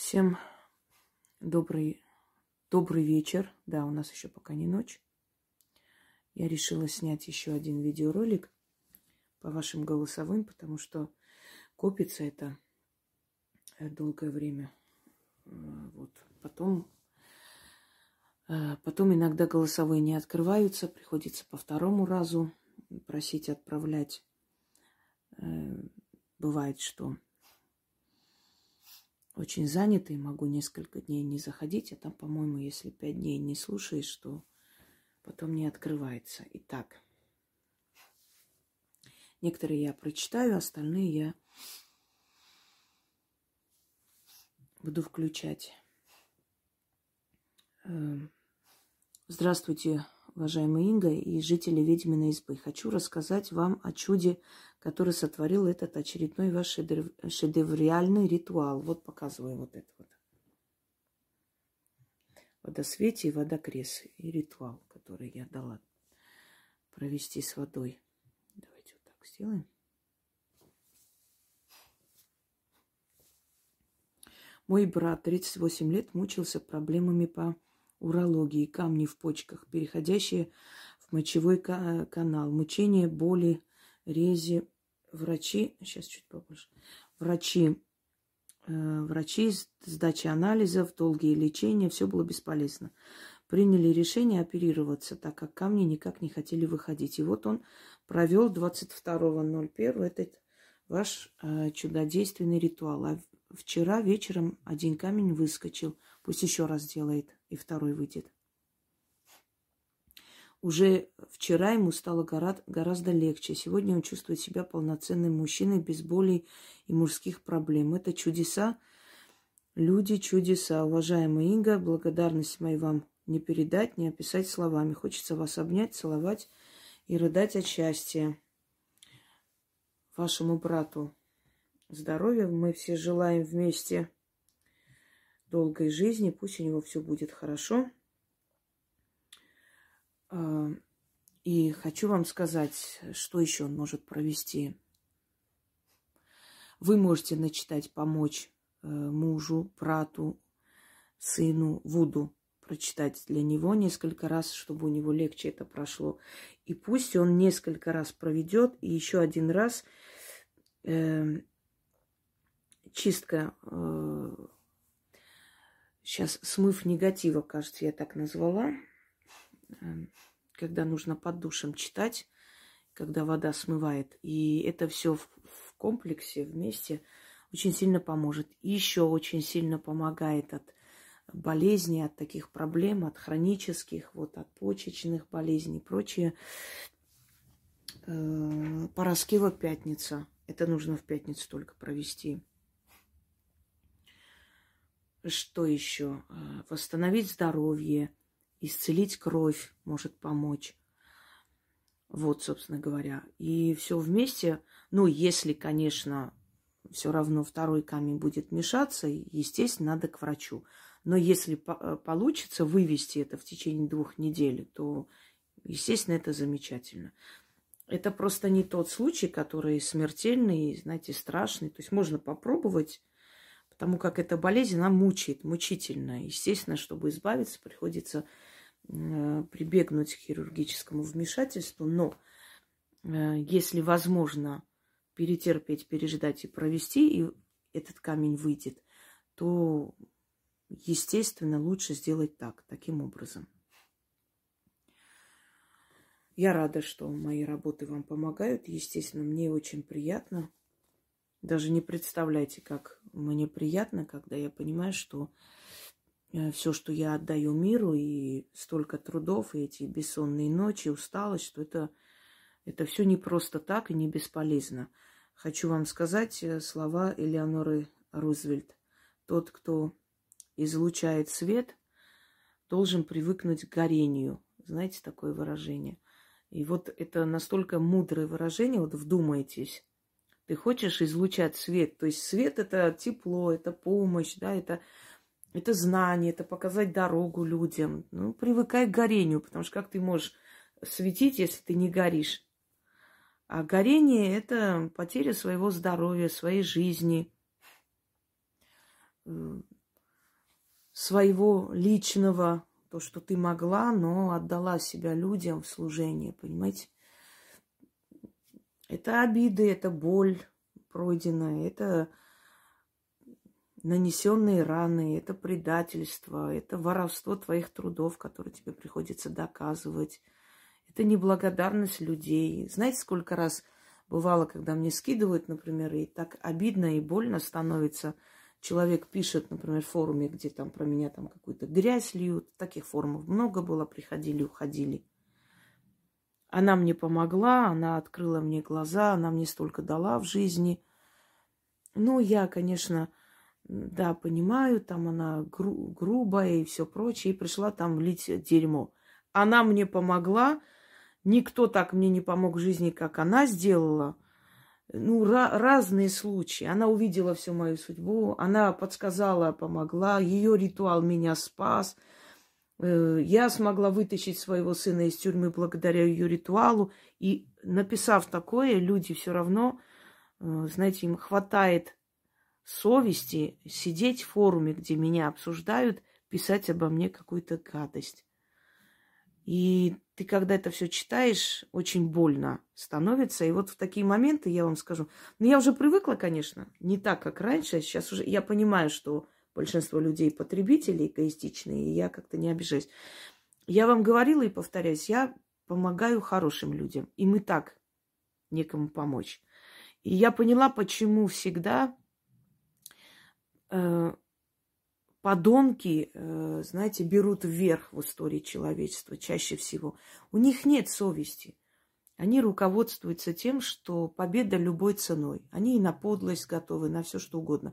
Всем добрый вечер. Да, у нас еще пока не ночь. Я решила снять еще один видеоролик по вашим голосовым, потому что копится это долгое время. Вот. Потом иногда голосовые не открываются, приходится по второму разу просить отправлять. Бывает, что очень занятый, могу несколько дней не заходить, а там, по-моему, если 5 дней не слушаешь, то потом не открывается. Итак, некоторые я прочитаю, остальные я буду включать. Здравствуйте, уважаемая Инга и жители Ведьминой избы. Хочу рассказать вам о чуде, который сотворил этот очередной ваш шедевриальный ритуал. Вот показываю вот это вот. Водосвете и водокрес. И ритуал, который я дала провести с водой. Давайте вот так сделаем. Мой брат 38 лет мучился проблемами по урологии, камни в почках, переходящие в мочевой канал, мучения, боли, рези. Врачи, сейчас чуть побольше, врачи, сдача анализов, долгие лечения, все было бесполезно. Приняли решение оперироваться, так как камни никак не хотели выходить. И вот он провел 22.01 этот ваш чудодейственный ритуал. А вчера вечером один камень выскочил. Пусть еще раз делает, и второй выйдет. Уже вчера ему стало гораздо легче. Сегодня он чувствует себя полноценным мужчиной без болей и мужских проблем. Это чудеса, люди, чудеса. Уважаемая Инга, благодарность мою вам не передать, не описать словами. Хочется вас обнять, целовать и рыдать от счастья. Вашему брату здоровья. Мы все желаем вместе долгой жизни. Пусть у него все будет хорошо. И хочу вам сказать, что еще он может провести. Вы можете начитать, помочь мужу, брату, сыну, Вуду, прочитать для него несколько раз, чтобы у него легче это прошло. И пусть он несколько раз проведет, и еще один раз чистка, сейчас смыв негатива, кажется, я так назвала, когда нужно под душем читать, когда вода смывает. И это все в комплексе, вместе очень сильно поможет. И еще очень сильно помогает от болезней, от таких проблем, от хронических, вот, от почечных болезней и прочее. Параскева пятница. Это нужно в пятницу только провести. Что еще? Восстановить здоровье, исцелить кровь может помочь. Вот, собственно говоря. И все вместе. Ну, если, конечно, все равно второй камень будет мешаться, естественно, надо к врачу. Но если получится вывести это в течение 2 недель, то, естественно, это замечательно. Это просто не тот случай, который смертельный, знаете, страшный. То есть можно попробовать, потому как эта болезнь, она мучает, мучительно. Естественно, чтобы избавиться, приходится прибегнуть к хирургическому вмешательству. Но если возможно перетерпеть, переждать и провести, и этот камень выйдет, то, естественно, лучше сделать таким образом. Я рада, что мои работы вам помогают. Естественно, мне очень приятно. Даже не представляете, как мне приятно, когда я понимаю, что все, что я отдаю миру, и столько трудов, и эти бессонные ночи, усталость, что это все не просто так и не бесполезно. Хочу вам сказать слова Элеоноры Рузвельт. Тот, кто излучает свет, должен привыкнуть к горению. Знаете такое выражение? И вот это настолько мудрое выражение, вот вдумайтесь. Ты хочешь излучать свет, то есть свет – это тепло, это помощь, да, это знание, это показать дорогу людям. Ну, привыкай к горению, потому что как ты можешь светить, если ты не горишь? А горение – это потеря своего здоровья, своей жизни. своего личного, то, что ты могла, но отдала себя людям в служение, понимаете? Это обиды, это боль пройденная, это нанесенные раны, это предательство, это воровство твоих трудов, которые тебе приходится доказывать. Это неблагодарность людей. Знаете, сколько раз бывало, когда мне скидывают, например, и так обидно и больно становится. Человек пишет, например, в форуме, где там про меня там какую-то грязь льют. Таких форумов много было, приходили, уходили. Она мне помогла, она открыла мне глаза, она мне столько дала в жизни. Ну, я, конечно, да, понимаю, там она грубая и все прочее, и пришла там лить дерьмо. Она мне помогла, никто так мне не помог в жизни, как она сделала. Ну, разные случаи. Она увидела всю мою судьбу, она подсказала, помогла, ее ритуал меня спас. Я смогла вытащить своего сына из тюрьмы благодаря ее ритуалу. И написав такое, люди все равно, знаете, им хватает совести сидеть в форуме, где меня обсуждают, писать обо мне какую-то гадость. И ты, когда это все читаешь, очень больно становится. И вот в такие моменты, я вам скажу, ну, я уже привыкла, конечно, не так, как раньше. Сейчас уже я понимаю, что большинство людей потребители эгоистичные, и я как-то не обижаюсь. Я вам говорила и повторяюсь, я помогаю хорошим людям. Им и так некому помочь. И я поняла, почему всегда подонки, знаете, берут вверх в истории человечества чаще всего. У них нет совести. Они руководствуются тем, что победа любой ценой. Они и на подлость готовы, на все что угодно.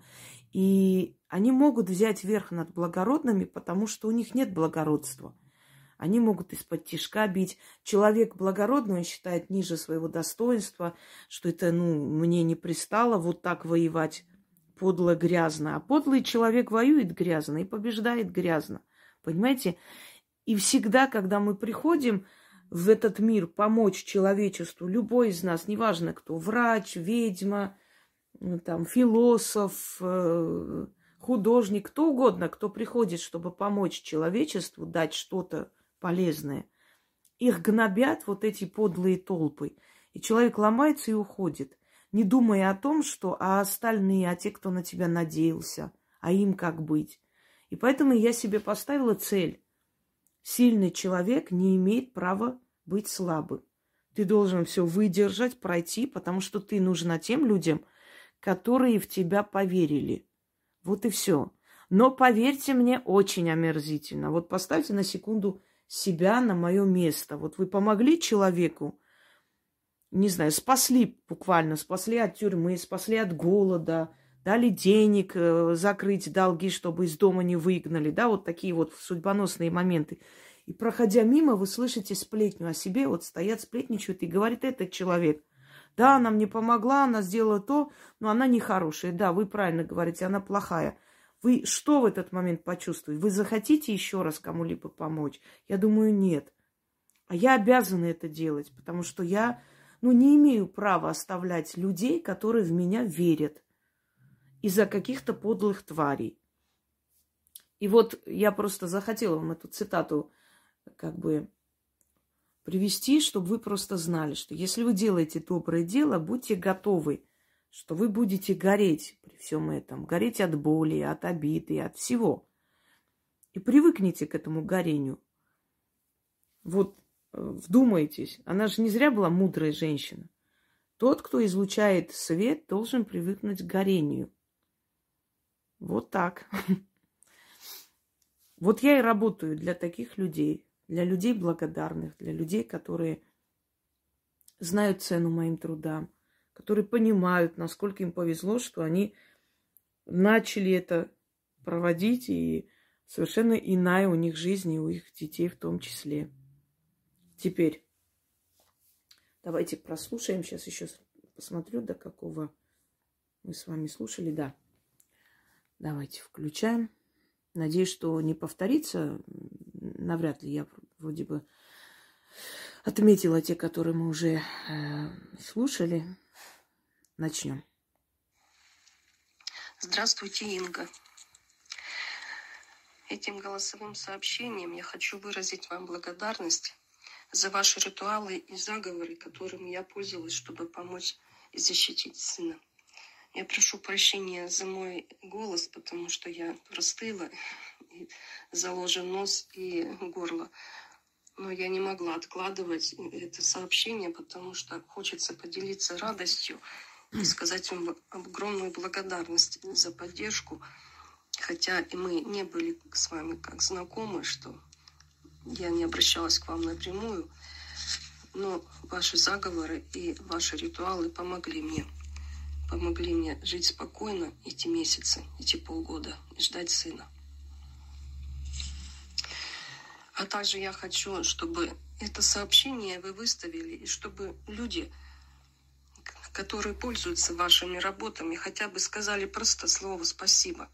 И они могут взять верх над благородными, потому что у них нет благородства. Они могут из-под тишка бить. Человек благородный, он считает ниже своего достоинства, что это, мне не пристало вот так воевать подло, грязно. А подлый человек воюет грязно и побеждает грязно. Понимаете? И всегда, когда мы приходим в этот мир помочь человечеству, любой из нас, неважно кто, врач, ведьма, там, философ, художник, кто угодно, кто приходит, чтобы помочь человечеству, дать что-то полезное, их гнобят вот эти подлые толпы. И человек ломается и уходит, не думая о том, что остальные, те, кто на тебя надеялся, а им как быть. И поэтому я себе поставила цель. Сильный человек не имеет права быть слабым. Ты должен все выдержать, пройти, потому что ты нужна тем людям, которые в тебя поверили. Вот и все. Но поверьте мне, очень омерзительно. Вот поставьте на секунду себя на мое место. Вот вы помогли человеку, не знаю, спасли буквально, спасли от тюрьмы, спасли от голода, дали денег закрыть долги, чтобы из дома не выгнали, да, вот такие вот судьбоносные моменты. И проходя мимо, вы слышите сплетню о себе, вот стоят, сплетничают, и говорит этот человек: да, она мне помогла, она сделала то, но она нехорошая. Да, вы правильно говорите, она плохая. Вы что в этот момент почувствуете? Вы захотите еще раз кому-либо помочь? Я думаю, нет. А я обязана это делать, потому что я, не имею права оставлять людей, которые в меня верят из-за каких-то подлых тварей. И вот я просто захотела вам эту цитату привести, чтобы вы просто знали, что если вы делаете доброе дело, будьте готовы, что вы будете гореть при всем этом. Гореть от боли, от обиды, от всего. И привыкните к этому горению. Вот вдумайтесь, она же не зря была мудрая женщина. Тот, кто излучает свет, должен привыкнуть к горению. Вот так. Вот я и работаю для таких людей, для людей благодарных, для людей, которые знают цену моим трудам, которые понимают, насколько им повезло, что они начали это проводить, и совершенно иная у них жизнь, и у их детей в том числе. Теперь давайте прослушаем. Сейчас еще посмотрю, до какого мы с вами слушали. Да. Давайте включаем. Надеюсь, что не повторится. Навряд ли. Я вроде бы отметила те, которые мы уже слушали. Начнем. Здравствуйте, Инга. Этим голосовым сообщением я хочу выразить вам благодарность за ваши ритуалы и заговоры, которыми я пользовалась, чтобы помочь и защитить сына. Я прошу прощения за мой голос, потому что я простыла, и заложен нос и горло. Но я не могла откладывать это сообщение, потому что хочется поделиться радостью и сказать вам огромную благодарность за поддержку. Хотя и мы не были с вами как знакомы, что я не обращалась к вам напрямую, но ваши заговоры и ваши ритуалы помогли мне жить спокойно эти месяцы, эти полгода и ждать сына. А также я хочу, чтобы это сообщение вы выставили, и чтобы люди, которые пользуются вашими работами, хотя бы сказали просто слово «спасибо»,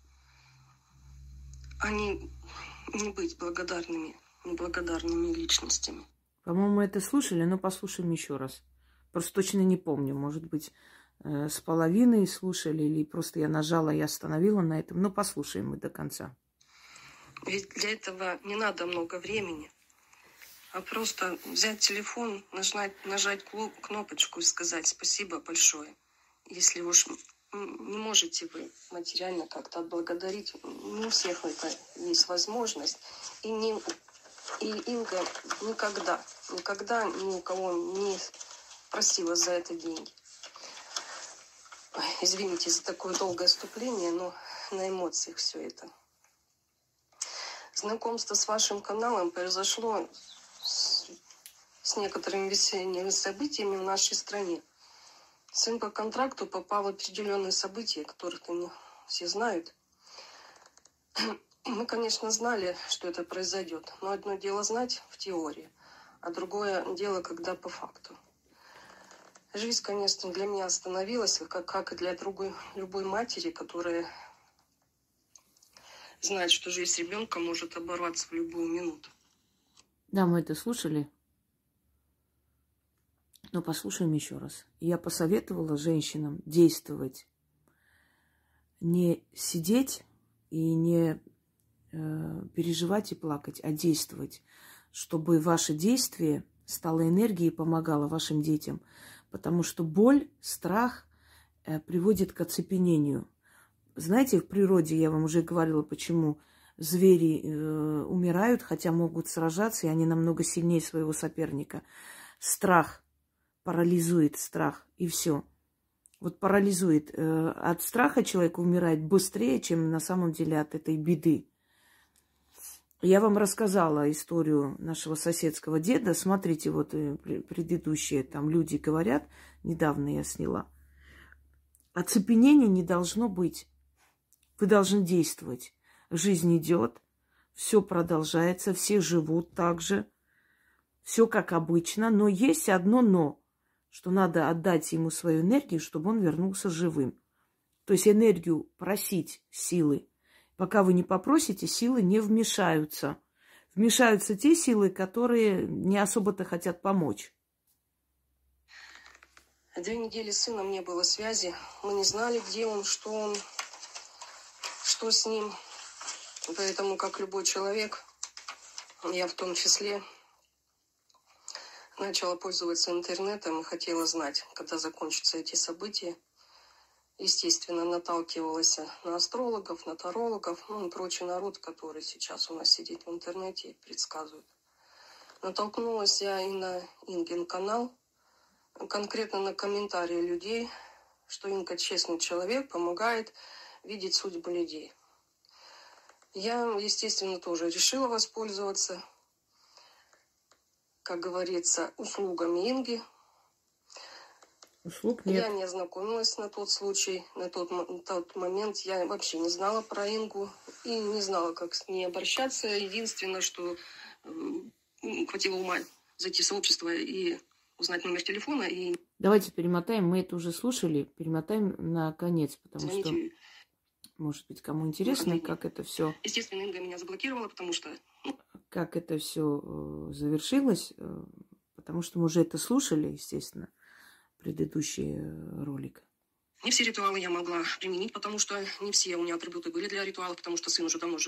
а не быть неблагодарными личностями. По-моему, это слушали, но послушаем еще раз. Просто точно не помню. Может быть, с половиной слушали, или просто я нажала и остановила на этом. Но послушаем мы до конца. Ведь для этого не надо много времени, а просто взять телефон, нажать кнопочку и сказать «спасибо большое». Если уж не можете вы материально как-то отблагодарить, не у всех это есть возможность. И Инга никогда ни у кого не просила за это деньги. Ой, извините за такое долгое вступление, но на эмоциях все это. Знакомство с вашим каналом произошло с некоторыми весенними событиями в нашей стране. Сын по контракту попал в определенные события, которых не все знают. Мы, конечно, знали, что это произойдет, но одно дело знать в теории, а другое дело, когда по факту. Жизнь, конечно, для меня остановилась, как и для любой матери, которая знает, что жизнь ребенка может оборваться в любую минуту. Да, мы это слушали. Но послушаем еще раз. Я посоветовала женщинам действовать. Не сидеть и не переживать и плакать, а действовать. Чтобы ваше действие стало энергией и помогало вашим детям. Потому что боль, страх приводит к оцепенению. Знаете, в природе, я вам уже говорила, почему звери умирают, хотя могут сражаться, и они намного сильнее своего соперника. Страх парализует, страх, и все. Вот парализует. От страха человек умирает быстрее, чем на самом деле от этой беды. Я вам рассказала историю нашего соседского деда. Смотрите, вот предыдущие там люди говорят, недавно я сняла. Оцепенения не должно быть. Вы должны действовать. Жизнь идет, все продолжается, все живут так же, все как обычно, но есть одно но, что надо отдать ему свою энергию, чтобы он вернулся живым. То есть энергию просить силы. Пока вы не попросите, силы не вмешаются. Вмешаются те силы, которые не особо-то хотят помочь. 2 недели с сыном не было связи. Мы не знали, где он, что с ним. Поэтому, как любой человек, я в том числе, начала пользоваться интернетом и хотела знать, когда закончатся эти события. Естественно, наталкивалась на астрологов, на тарологов, и прочий народ, который сейчас у нас сидит в интернете и предсказывает. Натолкнулась я и на Ингин канал, конкретно на комментарии людей, что Инга честный человек, помогает видеть судьбы людей. Я, естественно, тоже решила воспользоваться, как говорится, услугами Инги. Услуг нет. Я не ознакомилась на тот случай, на тот момент. Я вообще не знала про Ингу и не знала, как с ней обращаться. Единственное, что хватило ума зайти в сообщество и узнать номер телефона. И Давайте перемотаем, мы это уже слушали, перемотаем на конец, потому звонить. что, может быть, кому интересно, как это все. Естественно, Инга меня заблокировала, потому что... Как это все завершилось, потому что мы уже это слушали, естественно, предыдущий ролик. Не все ритуалы я могла применить, потому что не все у меня атрибуты были для ритуалов, потому что сын уже давно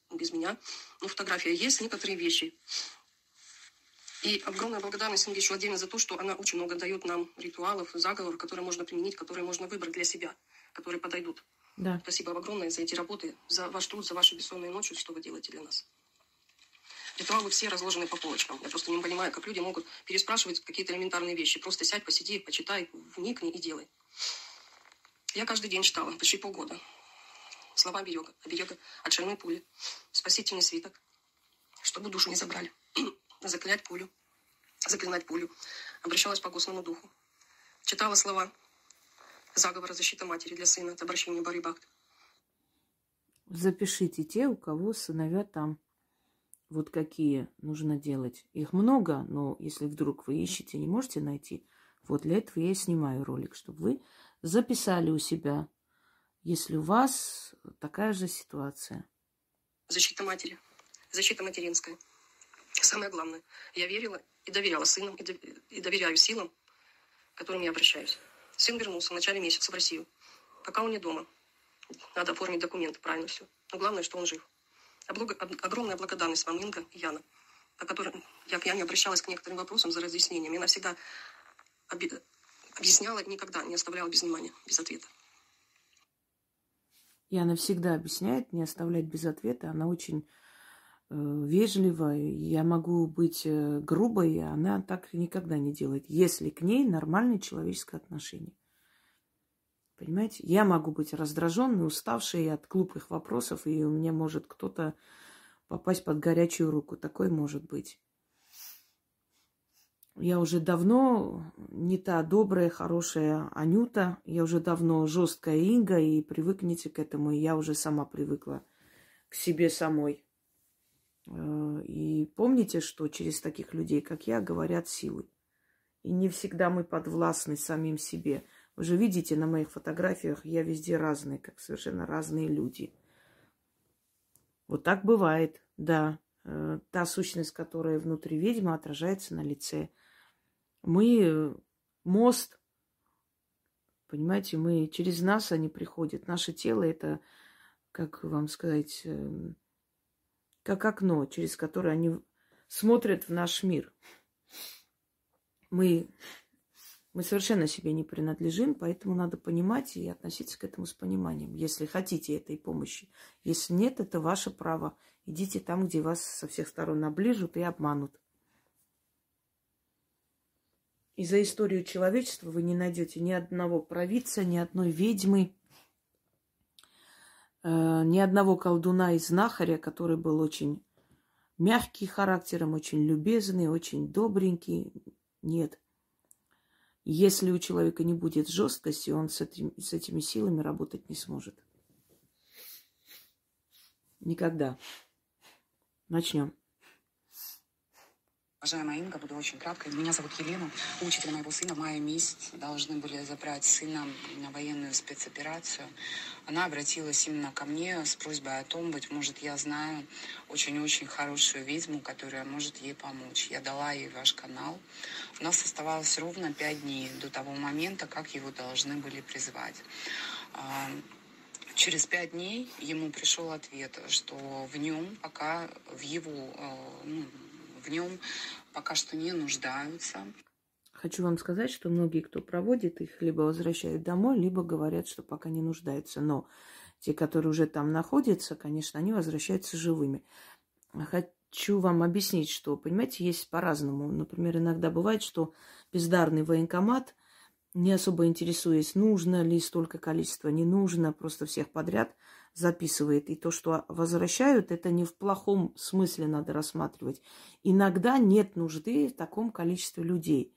без меня. Но фотография есть, некоторые вещи. И огромная благодарность Инге еще отдельно за то, что она очень много дает нам ритуалов, заговоров, которые можно применить, которые можно выбрать для себя, которые подойдут. Да. Спасибо вам огромное за эти работы, за ваш труд, за ваши бессонные ночи, что вы делаете для нас. Ритуалы все разложены по полочкам. Я просто не понимаю, как люди могут переспрашивать какие-то элементарные вещи. Просто сядь, посиди, почитай, вникни и делай. Я каждый день читала, почти полгода. Слова оберега от шальной пули, спасительный свиток, чтобы душу не забрали, заклинать пулю, обращалась по костному духу. Читала слова заговора защита матери для сына, это обращение Бари Бхакт. Запишите те, у кого сыновья там. Вот какие нужно делать. Их много, но если вдруг вы ищете, не можете найти, вот для этого я и снимаю ролик, чтобы вы записали у себя, если у вас такая же ситуация. Защита матери, защита материнская. Самое главное, я верила и доверяла сыну, и доверяю силам, к которым я обращаюсь. Сын вернулся в начале месяца в Россию. Пока он не дома. Надо оформить документы, правильно все. Но главное, что он жив. Огромная благодарность вам, Инга и Яна, по которым я не обращалась к некоторым вопросам за разъяснением. Она всегда объясняла и никогда не оставляла без внимания, без ответа. Яна всегда объясняет, не оставлять без ответа. Она очень вежливая. Я могу быть грубой, а она так никогда не делает, если к ней нормальное человеческое отношение. Понимаете? Я могу быть раздраженной, уставшей от глупых вопросов, и у меня может кто-то попасть под горячую руку. Такое может быть. Я уже давно не та добрая, хорошая Анюта. Я уже давно жесткая Инга, и привыкните к этому. И я уже сама привыкла к себе самой. И помните, что через таких людей, как я, говорят силы. И не всегда мы подвластны самим себе. Вы же видите на моих фотографиях, я везде разный, как совершенно разные люди. Вот так бывает, да. Та сущность, которая внутри ведьмы, отражается на лице. Мы мост, понимаете, мы через нас они приходят. Наше тело это, как вам сказать, как окно, через которое они смотрят в наш мир. Мы совершенно себе не принадлежим, поэтому надо понимать и относиться к этому с пониманием, если хотите этой помощи. Если нет, это ваше право. Идите там, где вас со всех сторон оближут и обманут. И за историю человечества вы не найдете ни одного провидца, ни одной ведьмы, ни одного колдуна и знахаря, который был очень мягкий характером, очень любезный, очень добренький. Нет. Если у человека не будет жесткости, он с этими силами работать не сможет. Никогда. Начнем. Уважаемая Инга, буду очень краткой. Меня зовут Елена. У учителя моего сына в мае месяце должны были забрать сына на военную спецоперацию. Она обратилась именно ко мне с просьбой о том, быть может, я знаю очень-очень хорошую ведьму, которая может ей помочь. Я дала ей ваш канал. У нас оставалось ровно 5 дней до того момента, как его должны были призвать. Через 5 дней ему пришел ответ, что в нем пока, в нем пока что не нуждаются. Хочу вам сказать, что многие, кто проводит, их либо возвращают домой, либо говорят, что пока не нуждаются. Но те, которые уже там находятся, конечно, они возвращаются живыми. Хочу вам объяснить, что, понимаете, есть по-разному. Например, иногда бывает, что бездарный военкомат, не особо интересуясь, нужно ли столько количества, не нужно, просто всех подряд записывает. И то, что возвращают, это не в плохом смысле надо рассматривать. Иногда нет нужды в таком количестве людей.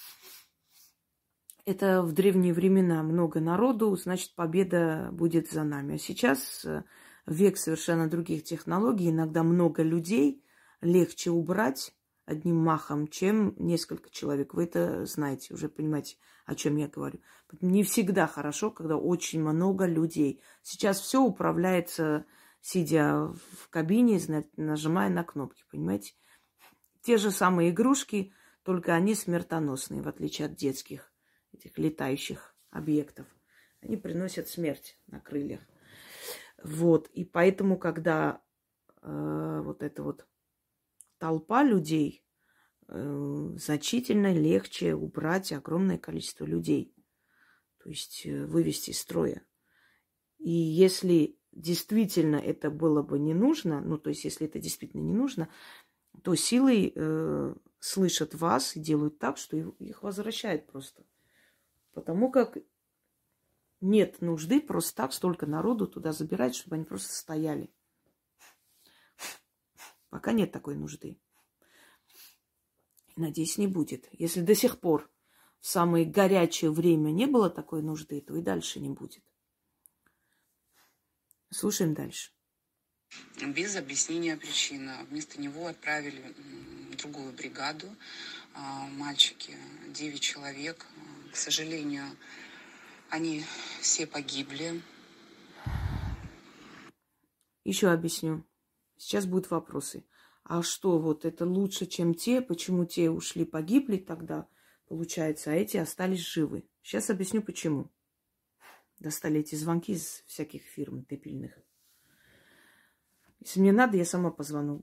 Это в древние времена много народу, значит, победа будет за нами. А сейчас век совершенно других технологий. Иногда много людей легче убрать одним махом, чем несколько человек. Вы это знаете, уже понимаете, о чем я говорю. Не всегда хорошо, когда очень много людей. Сейчас все управляется, сидя в кабине, нажимая на кнопки, понимаете? Те же самые игрушки, только они смертоносные, в отличие от детских, этих летающих объектов. Они приносят смерть на крыльях. Вот. И поэтому, когда вот эта вот толпа людей, значительно легче убрать огромное количество людей. То есть вывести из строя. И если действительно это было бы не нужно, ну, то есть если это действительно не нужно, то силой слышат вас и делают так, что их возвращает просто. Потому как нет нужды просто так столько народу туда забирать, чтобы они просто стояли. Пока нет такой нужды. Надеюсь, не будет. Если до сих пор в самое горячее время не было такой нужды, то и дальше не будет. Слушаем дальше. Без объяснения причины. Вместо него отправили другую бригаду. Мальчики, 9 человек. К сожалению, они все погибли. Еще объясню. Сейчас будут вопросы. А что, вот это лучше, чем те? Почему те ушли, погибли тогда, получается, а эти остались живы? Сейчас объясню, почему. Достали эти звонки из всяких фирм дебильных. Если мне надо, я сама позвоню.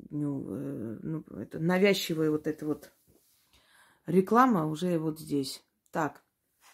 Это навязчивая вот эта вот реклама уже вот здесь. Так,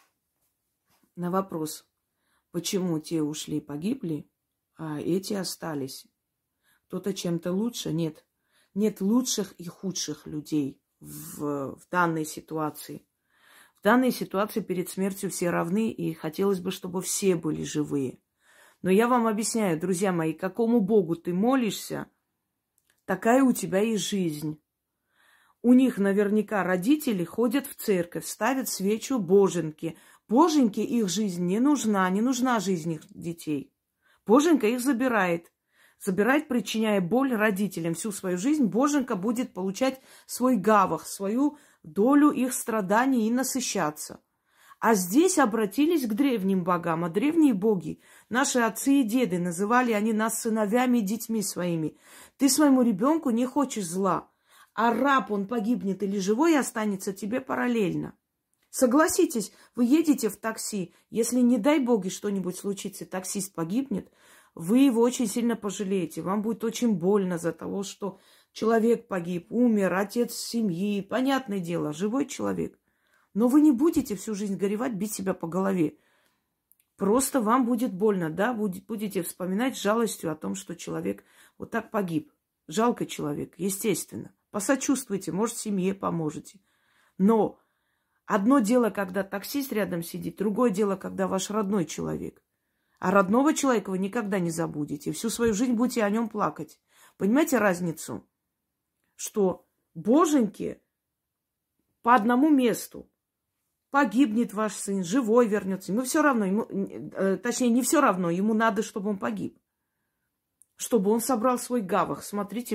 на вопрос, почему те ушли и погибли, а эти остались. Кто-то чем-то лучше? Нет. Нет лучших и худших людей в данной ситуации. В данной ситуации перед смертью все равны, и хотелось бы, чтобы все были живые. Но я вам объясняю, друзья мои, какому Богу ты молишься, такая у тебя и жизнь. У них наверняка родители ходят в церковь, ставят свечу боженьке. Боженьке их жизнь не нужна жизнь их детей. Боженька их забирает, причиняя боль родителям. Всю свою жизнь Боженька будет получать свой гавах, свою долю их страданий и насыщаться. А здесь обратились к древним богам. А древние боги, наши отцы и деды, называли они нас сыновьями и детьми своими. Ты своему ребенку не хочешь зла, а раб, он погибнет или живой, останется тебе параллельно. Согласитесь, вы едете в такси, если, не дай боги, что-нибудь случится, таксист погибнет, вы его очень сильно пожалеете. Вам будет очень больно за того, что человек погиб, умер, отец семьи, понятное дело, живой человек. Но вы не будете всю жизнь горевать, бить себя по голове. Просто вам будет больно, да, будете вспоминать с жалостью о том, что человек вот так погиб. Жалко человек, естественно. Посочувствуйте, может, семье поможете. Но одно дело, когда таксист рядом сидит, другое дело, когда ваш родной человек. А родного человека вы никогда не забудете. Всю свою жизнь будете о нем плакать. Понимаете разницу? Что боженьки по одному месту. Погибнет ваш сын, живой вернется. Ему все равно, точнее, не все равно, ему надо, чтобы он погиб. Чтобы он собрал свой гавах. Смотрите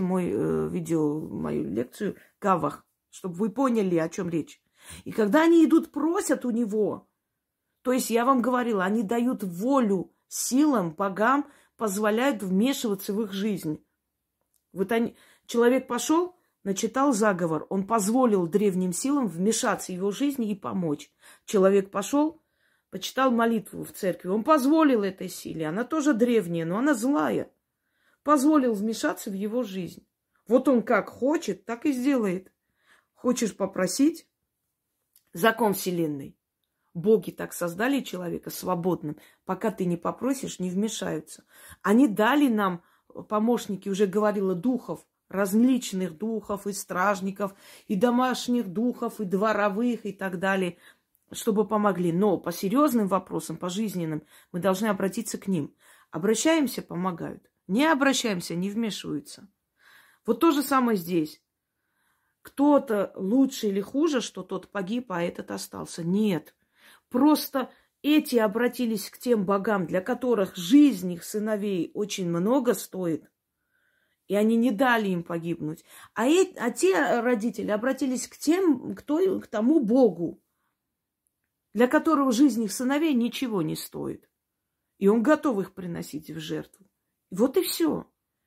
мою лекцию «Гавах», чтобы вы поняли, о чем речь. И когда они идут, просят у него, то есть я вам говорила, они дают волю силам, богам, позволяют вмешиваться в их жизнь. Вот человек пошел, начитал заговор, он позволил древним силам вмешаться в его жизнь и помочь. Человек пошел, почитал молитву в церкви, он позволил этой силе, она тоже древняя, но она злая, позволил вмешаться в его жизнь. Вот он как хочет, так и сделает. Хочешь попросить? Закон Вселенной. Боги так создали человека свободным, пока ты не попросишь, не вмешаются. Они дали нам, помощники, уже говорила, духов, различных духов, и стражников, и домашних духов, и дворовых, и так далее, чтобы помогли. Но по серьезным вопросам, по жизненным, мы должны обратиться к ним. Обращаемся — помогают. Не обращаемся — не вмешиваются. Вот то же самое здесь. Кто-то лучше или хуже, что тот погиб, а этот остался. Нет. Просто эти обратились к тем богам, для которых жизнь их сыновей очень много стоит, и они не дали им погибнуть. А те родители обратились к тому Богу, для которого жизнь их сыновей ничего не стоит. И он готов их приносить в жертву. Вот и все.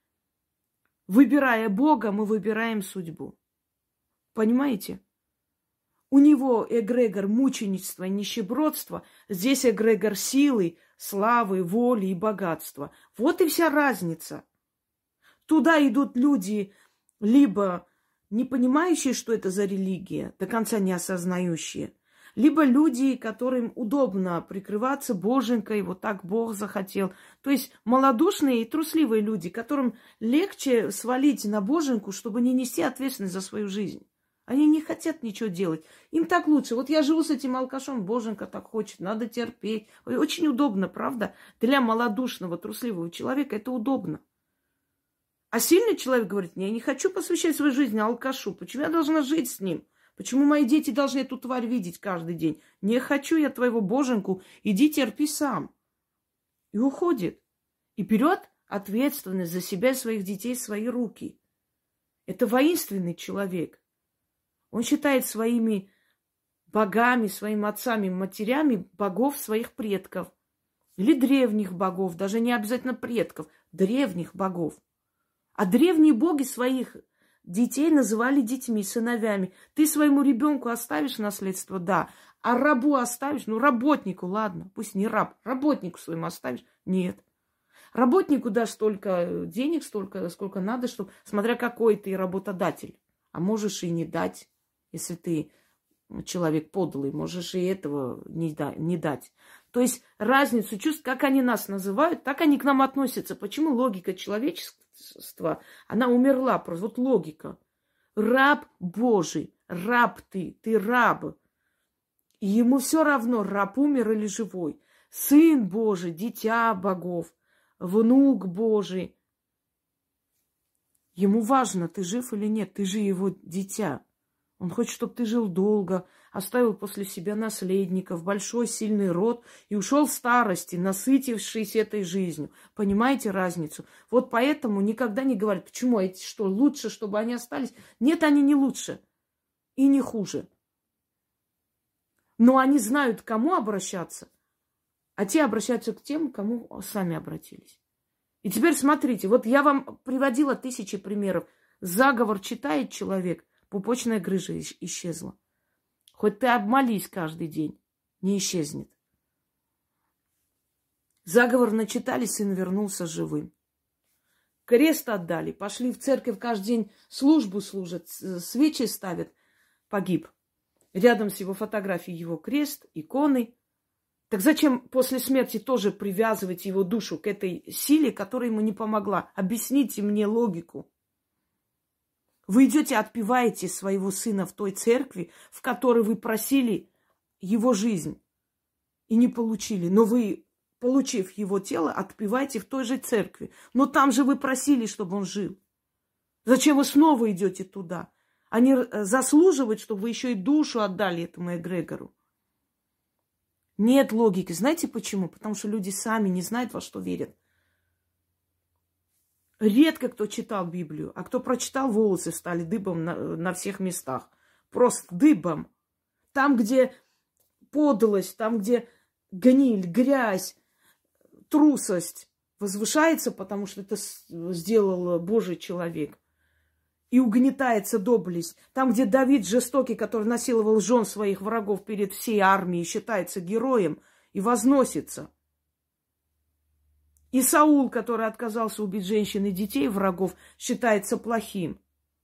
Выбирая Бога, мы выбираем судьбу. Понимаете? У него эгрегор мученичества и нищебродства, здесь эгрегор силы, славы, воли и богатства. Вот и вся разница. Туда идут люди, либо не понимающие, что это за религия, до конца не осознающие, либо люди, которым удобно прикрываться боженькой, вот так Бог захотел. То есть малодушные и трусливые люди, которым легче свалить на боженьку, чтобы не нести ответственность за свою жизнь. Они не хотят ничего делать. Им так лучше. Вот я живу с этим алкашом, боженька так хочет, надо терпеть. Очень удобно, правда? Для малодушного, трусливого человека это удобно. А сильный человек говорит: я не хочу посвящать свою жизнь алкашу. Почему я должна жить с ним? Почему мои дети должны эту тварь видеть каждый день? Не хочу я твоего боженьку, иди терпи сам. И уходит. И берет ответственность за себя и своих детей в свои руки. Это воинственный человек. Он считает своими богами, своими отцами, матерями богов своих предков. Или древних богов, даже не обязательно предков, древних богов. А древние боги своих детей называли детьми, сыновьями. Ты своему ребенку оставишь наследство? Да. А рабу оставишь? Ну, работнику, ладно, пусть не раб. Работнику своему оставишь? Нет. Работнику дашь столько денег, столько, сколько надо, чтобы, смотря какой ты работодатель. А можешь и не дать, если ты человек подлый, можешь и этого не дать. То есть разницу чувств, как они нас называют, так они к нам относятся. Почему логика человечества, она умерла просто. Вот логика. Раб Божий, раб ты раб. И ему все равно, раб умер или живой. Сын Божий, дитя богов, внук Божий. Ему важно, ты жив или нет, ты же его дитя. Он хочет, чтобы ты жил долго, оставил после себя наследников, большой сильный род и ушел в старости, насытившись этой жизнью. Понимаете разницу? Вот поэтому никогда не говорят, почему эти что, лучше, чтобы они остались? Нет, они не лучше и не хуже. Но они знают, к кому обращаться, а те обращаются к тем, к кому сами обратились. И теперь смотрите, вот я вам приводила 1000 примеров. Заговор читает человек, пупочная грыжа исчезла. Хоть ты обмолись каждый день, не исчезнет. Заговор начитали, сын вернулся живым. Крест отдали, пошли в церковь, каждый день службу служат, свечи ставят, погиб. Рядом с его фотографией его крест, иконы. Так зачем после смерти тоже привязывать его душу к этой силе, которая ему не помогла? Объясните мне логику. Вы идете, отпеваете своего сына в той церкви, в которой вы просили его жизнь и не получили. Но вы, получив его тело, отпеваете в той же церкви. Но там же вы просили, чтобы он жил. Зачем вы снова идете туда? Они заслуживают, чтобы вы еще и душу отдали этому эгрегору. Нет логики. Знаете почему? Потому что люди сами не знают, во что верят. Редко кто читал Библию, а кто прочитал, волосы стали дыбом на всех местах. Просто дыбом. Там, где подлость, там, где гниль, грязь, трусость возвышается, потому что это сделал Божий человек. И угнетается доблесть. Там, где Давид жестокий, который насиловал жен своих врагов перед всей армией, считается героем и возносится. И Саул, который отказался убить женщин и детей врагов, считается плохим.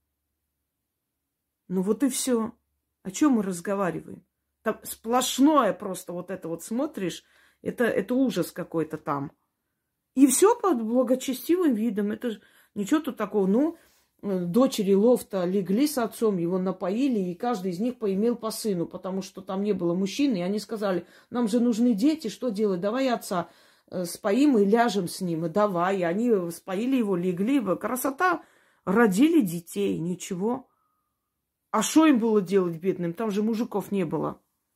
Ну вот и все. О чем мы разговариваем? Там сплошное просто вот это вот смотришь, это ужас какой-то там. И все под благочестивым видом. Это же ничего тут такого. Ну, дочери лофта легли с отцом, его напоили, и каждый из них поимел по сыну, потому что там не было мужчин, и они сказали, нам же нужны дети, что делать? Давай отца споим и ляжем с ним, и давай. И они споили его, легли. Красота. Родили детей, ничего. А что им было делать бедным? Там же мужиков не было.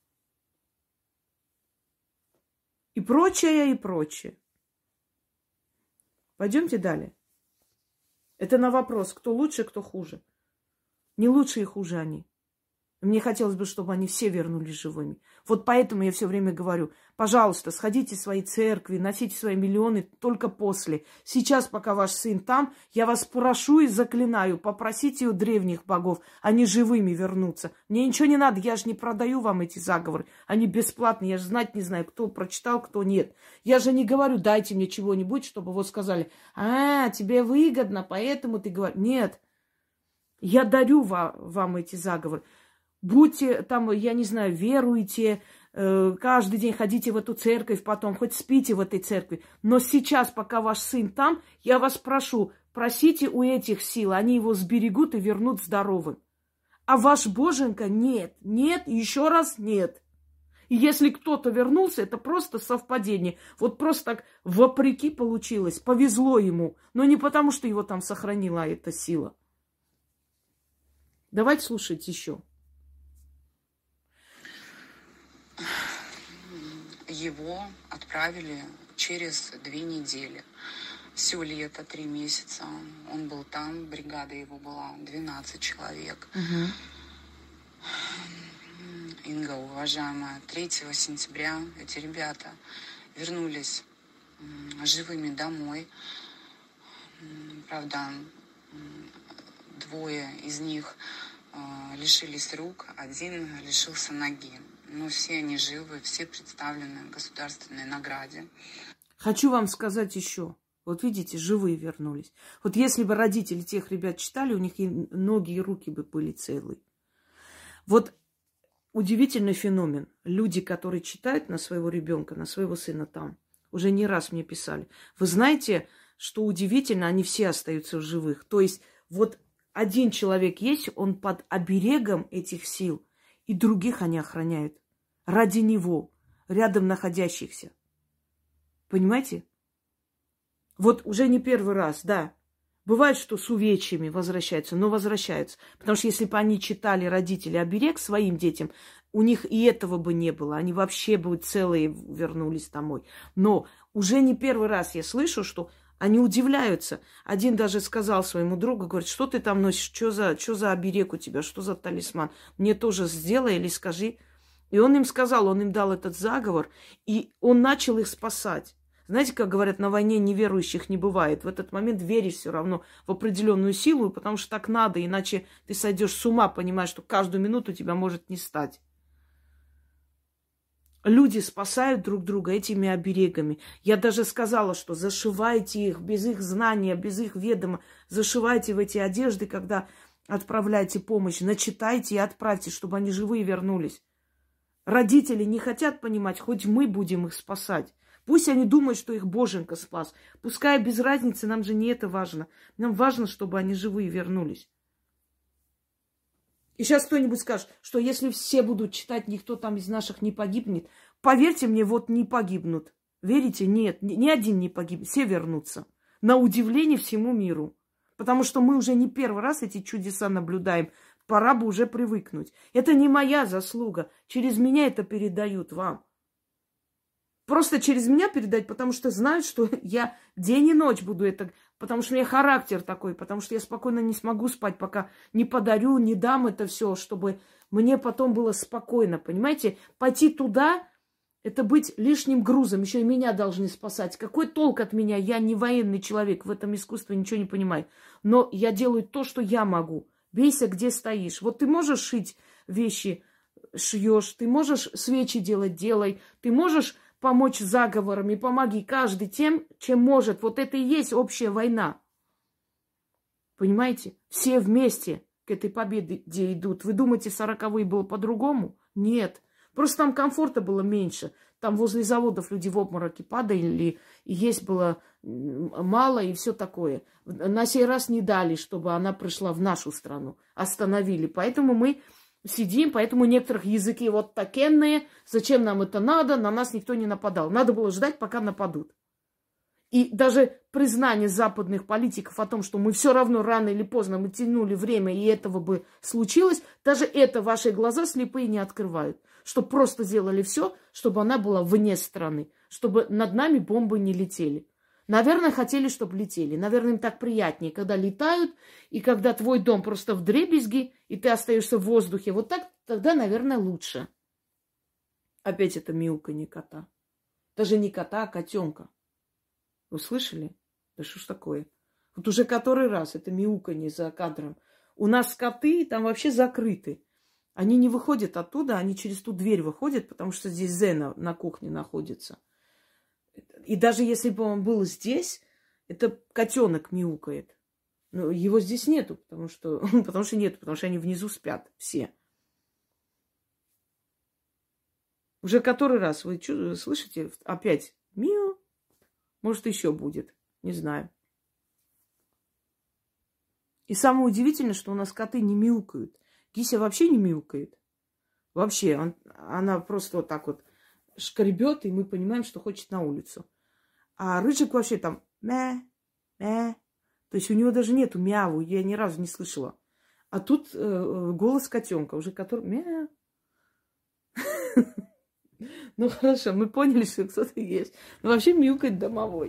И прочее, и прочее. Пойдемте далее. Это на вопрос, кто лучше, кто хуже. Не лучше и хуже они. Мне хотелось бы, чтобы они все вернулись живыми. Вот поэтому я все время говорю, пожалуйста, сходите в свои церкви, носите свои миллионы только после. Сейчас, пока ваш сын там, я вас прошу и заклинаю, попросите у древних богов, они живыми вернутся. Мне ничего не надо, я же не продаю вам эти заговоры. Они бесплатные, я же знать не знаю, кто прочитал, кто нет. Я же не говорю, дайте мне чего-нибудь, чтобы вот сказали, тебе выгодно, поэтому ты говоришь. Нет, я дарю вам эти заговоры. Будьте там, я не знаю, веруйте, каждый день ходите в эту церковь, потом хоть спите в этой церкви. Но сейчас, пока ваш сын там, я вас прошу, просите у этих сил, они его сберегут и вернут здоровым. А ваш боженька нет, нет, еще раз нет. И если кто-то вернулся, это просто совпадение. Вот просто так вопреки получилось, повезло ему. Но не потому, что его там сохранила эта сила. Давайте слушать еще. Его отправили через 2 недели. Все лето, 3 месяца. Он был там, бригада его была 12 человек. Инга, уважаемая, 3 сентября эти ребята вернулись живыми домой. Правда, 2 из них лишились рук, 1 лишился ноги. Но все они живы, все представлены государственной награде. Хочу вам сказать еще. Вот видите, живые вернулись. Вот если бы родители тех ребят читали, у них и ноги, и руки бы были целые. Вот удивительный феномен. Люди, которые читают на своего ребенка, на своего сына там, уже не раз мне писали. Вы знаете, что удивительно, они все остаются в живых. То есть вот один человек есть, он под оберегом этих сил, и других они охраняют. Ради него, рядом находящихся. Понимаете? Вот уже не первый раз, да. Бывает, что с увечьями возвращаются, но возвращаются. Потому что если бы они читали, родители, оберег своим детям, у них и этого бы не было. Они вообще бы целые вернулись домой. Но уже не первый раз я слышу, что они удивляются. Один даже сказал своему другу, говорит, что ты там носишь, что за оберег у тебя, что за талисман? Мне тоже сделай или скажи. И он им сказал, он им дал этот заговор, и он начал их спасать. Знаете, как говорят, на войне неверующих не бывает. В этот момент веришь все равно в определенную силу, потому что так надо, иначе ты сойдешь с ума, понимаешь, что каждую минуту тебя может не стать. Люди спасают друг друга этими оберегами. Я даже сказала, что зашивайте их без их знания, без их ведома. Зашивайте в эти одежды, когда отправляете помощь. Начитайте и отправьте, чтобы они живые вернулись. Родители не хотят понимать, хоть мы будем их спасать. Пусть они думают, что их боженька спас. Пускай без разницы, нам же не это важно. Нам важно, чтобы они живые вернулись. И сейчас кто-нибудь скажет, что если все будут читать, никто там из наших не погибнет. Поверьте мне, вот не погибнут. Верите? Нет, ни один не погибнет. Все вернутся. На удивление всему миру. Потому что мы уже не первый раз эти чудеса наблюдаем. Пора бы уже привыкнуть. Это не моя заслуга. Через меня это передают вам. Просто через меня передать, потому что знают, что я день и ночь буду это... Потому что у меня характер такой, потому что я спокойно не смогу спать, пока не подарю, не дам это все, чтобы мне потом было спокойно, понимаете? Пойти туда, это быть лишним грузом, еще и меня должны спасать. Какой толк от меня? Я не военный человек, в этом искусстве ничего не понимаю. Но я делаю то, что я могу. Бейся, где стоишь. Вот ты можешь шить вещи, шьешь, ты можешь свечи делать, делай, ты можешь... помочь заговорами, помоги каждый тем, чем может. Вот это и есть общая война. Понимаете? Все вместе к этой победе идут. Вы думаете, 40-е было по-другому? Нет. Просто там комфорта было меньше. Там возле заводов люди в обмороке падали, и есть было мало, и все такое. На сей раз не дали, чтобы она пришла в нашу страну. Остановили. Поэтому мы... сидим, поэтому у некоторых языки вот такенные. Зачем нам это надо? На нас никто не нападал. Надо было ждать, пока нападут. И даже признание западных политиков о том, что мы все равно рано или поздно мы тянули время, и этого бы случилось, даже это ваши глаза слепые не открывают. Что просто сделали все, чтобы она была вне страны, чтобы над нами бомбы не летели. Наверное, хотели, чтобы летели. Наверное, им так приятнее, когда летают, и когда твой дом просто вдребезги, и ты остаешься в воздухе. Вот так тогда, наверное, лучше. Опять это мяуканье кота. Даже не кота, а котенка. Вы слышали? Да что ж такое? Вот уже который раз это мяуканье за кадром. У нас коты там вообще закрыты. Они не выходят оттуда, они через ту дверь выходят, потому что здесь Зена на кухне находится. И даже если бы он был здесь, это котенок мяукает. Но его здесь нету, потому что они внизу спят все. Уже который раз вы слышите опять мяу? Может, еще будет. Не знаю. И самое удивительное, что у нас коты не мяукают. Кися вообще не мяукает. Вообще, она просто вот так вот шкребет, и мы понимаем, что хочет на улицу. А Рыжик вообще там мя. То есть у него даже нету мяву, я ни разу не слышала. А тут голос котенка, уже который мя. Ну хорошо, мы поняли, что кто-то есть. Но вообще мяукает домовой.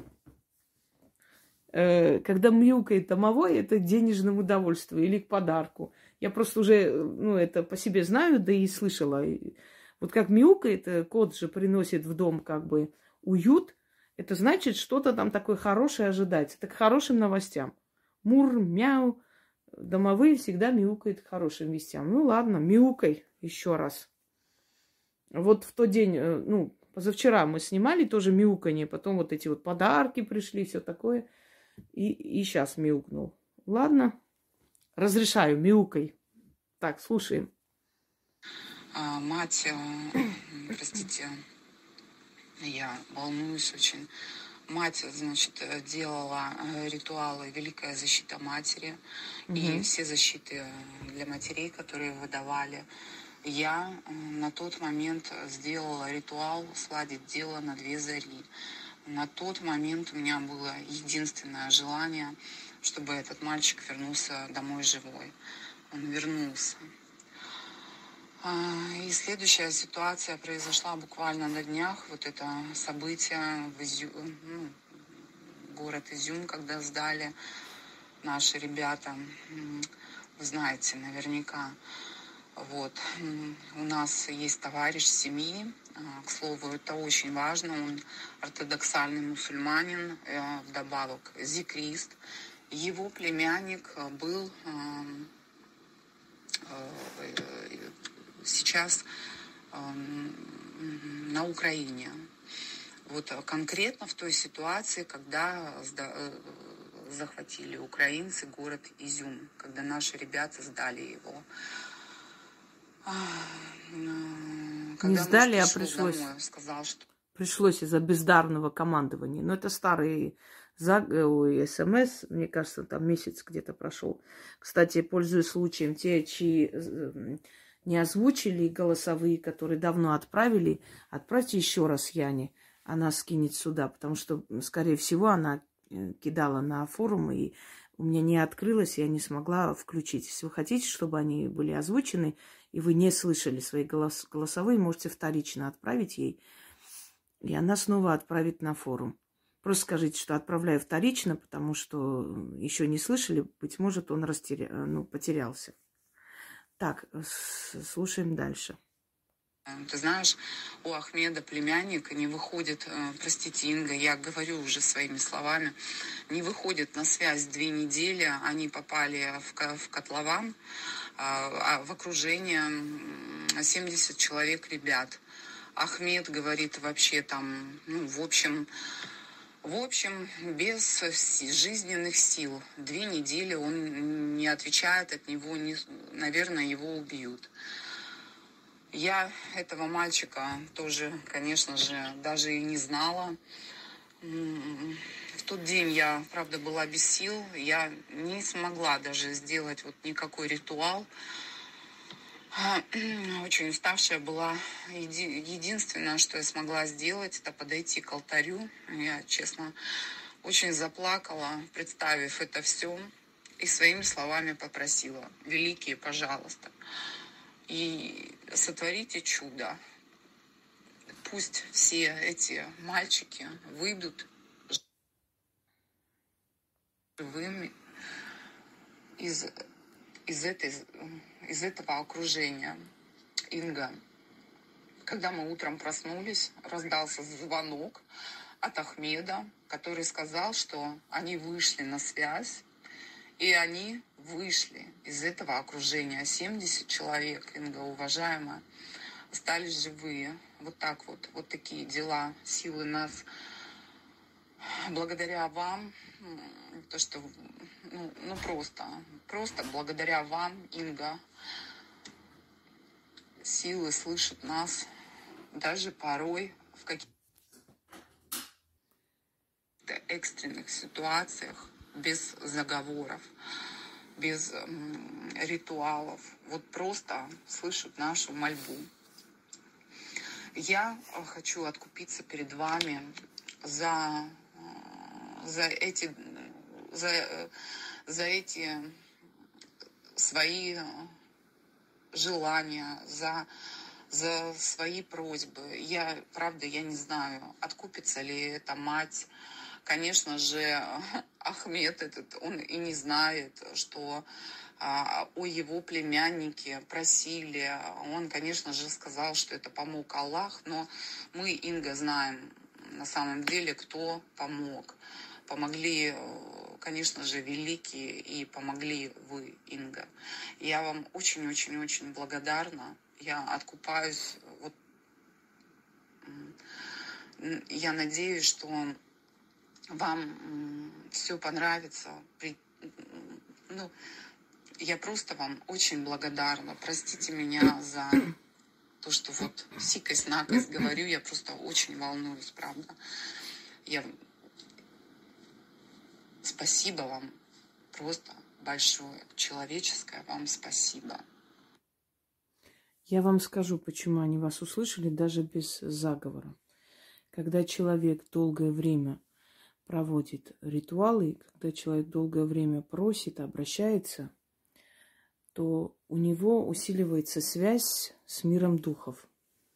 Когда мяукает домовой, это к денежному удовольствию или к подарку. Я просто уже, это по себе знаю, да и слышала. Вот как мяукает, кот же приносит в дом как бы уют, это значит, что-то там такое хорошее ожидается. Это к хорошим новостям. Мур, мяу. Домовые всегда мяукают к хорошим вестям. Ну ладно, мяукай еще раз. Вот в тот день, позавчера мы снимали тоже мяуканье, потом вот эти вот подарки пришли, все такое. И сейчас мяукнул. Ладно, разрешаю, мяукай. Так, слушаем. Мать, простите, я волнуюсь очень. Мать, значит, делала ритуалы «Великая защита матери» и все защиты для матерей, которые выдавали. Я на тот момент сделала ритуал «Сладить дело на 2 зари». На тот момент у меня было единственное желание, чтобы этот мальчик вернулся домой живой. Он вернулся. И следующая ситуация произошла буквально на днях. Вот это событие город Изюм, когда сдали наши ребята. Вы знаете наверняка. Вот. У нас есть товарищ семьи. К слову, это очень важно. Он ортодоксальный мусульманин, вдобавок зикрист. Его племянник был сейчас на Украине. Вот конкретно в той ситуации, когда захватили украинцы город Изюм, когда наши ребята сдали его. Не сдали, а пришлось. Домой, сказал, что... Пришлось из-за бездарного командования. Но это старый СМС, мне кажется, там месяц где-то прошел. Кстати, пользуясь случаем, те, чьи не озвучили голосовые, которые давно отправили, отправьте еще раз Яне. Она скинет сюда, потому что, скорее всего, она кидала на форум, и у меня не открылось, я не смогла включить. Если вы хотите, чтобы они были озвучены, и вы не слышали свои голосовые, можете вторично отправить ей, и она снова отправит на форум. Просто скажите, что отправляю вторично, потому что еще не слышали, быть может, он потерялся. Так, слушаем дальше. Ты знаешь, у Ахмеда племянник не выходит, простите, Инга, я говорю уже своими словами, не выходит на связь 2 недели, они попали в котлован, в окружение 70 человек ребят. Ахмед говорит вообще там, в общем, без жизненных сил. 2 недели он не отвечает, от него, наверное, его убьют. Я этого мальчика тоже, конечно же, даже и не знала. В тот день я, правда, была без сил. Я не смогла даже сделать вот никакой ритуал. Очень уставшая была. Единственное, что я смогла сделать, это подойти к алтарю. Я, честно, очень заплакала, представив это все. И своими словами попросила: великие, пожалуйста, и сотворите чудо. Пусть все эти мальчики выйдут. живыми из, из, этой, из этого окружения. Инга, когда мы утром проснулись, раздался звонок от Ахмеда, который сказал, что они вышли на связь, и они вышли из этого окружения. 70 человек, Инга, уважаемая, остались живые. Вот так вот. Вот такие дела. Силы нас. Благодаря вам, то, что, просто благодаря вам, Инга, силы слышат нас даже порой в каких-то экстренных ситуациях, без заговоров, без ритуалов. Вот просто слышат нашу мольбу. Я хочу откупиться перед вами за эти свои желания, за свои просьбы. Правда, я не знаю, откупится ли эта мать. Конечно же, Ахмед этот, он и не знает, что о его племяннике просили. Он, конечно же, сказал, что это помог Аллах, но мы, Инга, знаем на самом деле, кто помог. Помогли, конечно же, великие, и помогли вы, Инга. Я вам очень-очень-очень благодарна. Я откупаюсь. Вот, я надеюсь, что вам все понравится. Я просто вам очень благодарна. Простите меня за то, что вот сикость-накость говорю. Я просто очень волнуюсь, правда. Спасибо вам. Просто большое человеческое вам спасибо. Я вам скажу, почему они вас услышали даже без заговора. Когда человек долгое время проводит ритуалы, когда человек долгое время просит, обращается, то у него усиливается связь с миром духов.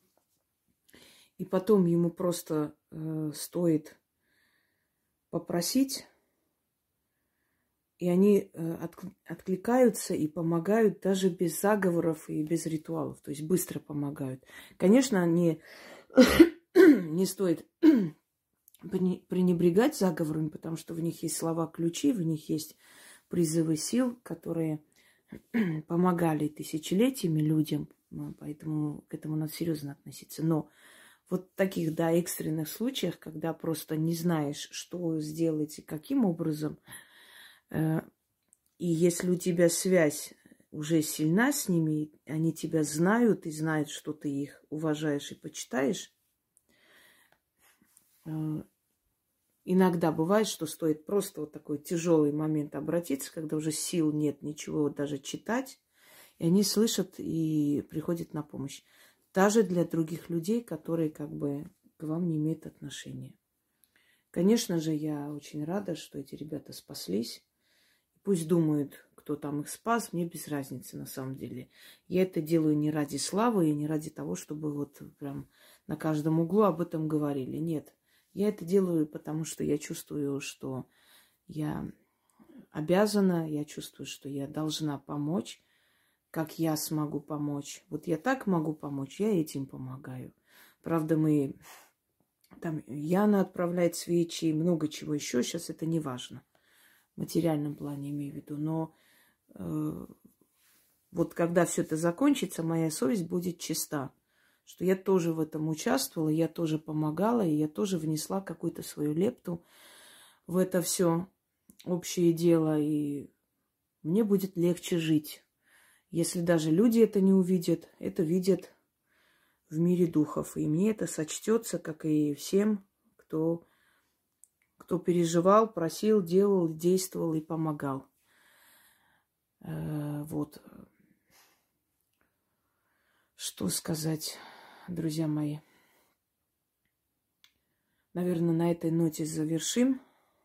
И потом ему просто стоит попросить, и они откликаются и помогают даже без заговоров и без ритуалов. То есть быстро помогают. Конечно, не стоит пренебрегать заговорами, потому что в них есть слова-ключи, в них есть призывы сил, которые помогали тысячелетиями людям. Поэтому к этому надо серьезно относиться. Но вот в таких, да, экстренных случаях, когда просто не знаешь, что сделать и каким образом, и если у тебя связь уже сильна с ними, они тебя знают и знают, что ты их уважаешь и почитаешь, иногда бывает, что стоит просто вот такой тяжелый момент обратиться, когда уже сил нет ничего даже читать, и они слышат и приходят на помощь. Даже для других людей, которые как бы к вам не имеют отношения. Конечно же, я очень рада, что эти ребята спаслись. Пусть думают, кто там их спас, мне без разницы на самом деле. Я это делаю не ради славы и не ради того, чтобы вот прям на каждом углу об этом говорили. Нет, я это делаю, потому что я чувствую, что я обязана, я чувствую, что я должна помочь, как я смогу помочь. Вот я так могу помочь, я этим помогаю. Правда, там Яна отправляет свечи, много чего еще, сейчас это не важно. В материальном плане имею в виду. Но вот когда все это закончится, моя совесть будет чиста. Что я тоже в этом участвовала, я тоже помогала, и я тоже внесла какую-то свою лепту в это все общее дело. И мне будет легче жить. Если даже люди это не увидят, это видят в мире духов. И мне это сочтется, как и всем, кто переживал, просил, делал, действовал и помогал. Вот. Что сказать, друзья мои? Наверное, на этой ноте завершим.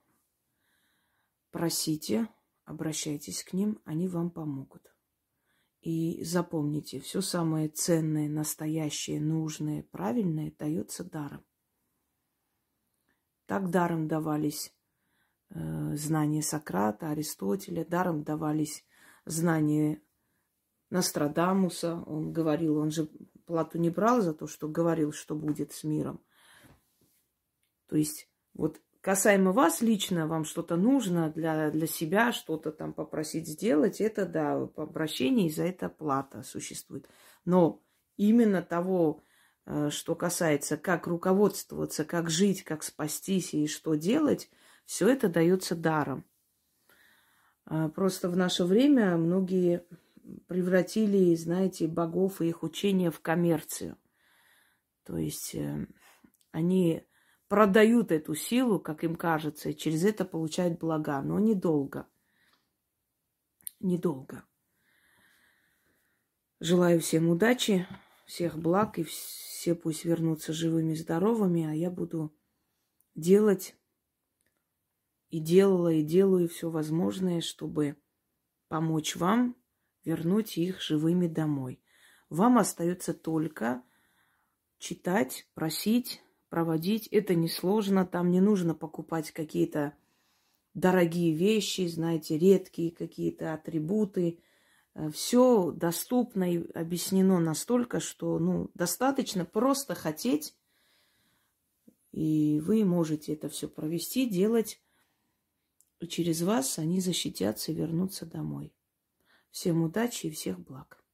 Просите, обращайтесь к ним, они вам помогут. И запомните, все самое ценное, настоящее, нужное, правильное дается даром. Так даром давались знания Сократа, Аристотеля, даром давались знания Нострадамуса. Он говорил, он же плату не брал за то, что говорил, что будет с миром. То есть вот касаемо вас лично, вам что-то нужно для себя, что-то там попросить сделать, это, да, обращение, и за это плата существует. Но именно того, что касается, как руководствоваться, как жить, как спастись и что делать, все это дается даром. Просто в наше время многие превратили, знаете, богов и их учения в коммерцию. То есть они продают эту силу, как им кажется, и через это получают блага, но недолго. Недолго. Желаю всем удачи, всех благ, и все пусть вернутся живыми, здоровыми, а я буду делать и делала, и делаю все возможное, чтобы помочь вам вернуть их живыми домой. Вам остается только читать, просить, проводить. Это несложно, там не нужно покупать какие-то дорогие вещи, знаете, редкие какие-то атрибуты. Все доступно и объяснено настолько, что достаточно просто хотеть, и вы можете это все провести, делать, и через вас они защитятся и вернутся домой. Всем удачи и всех благ.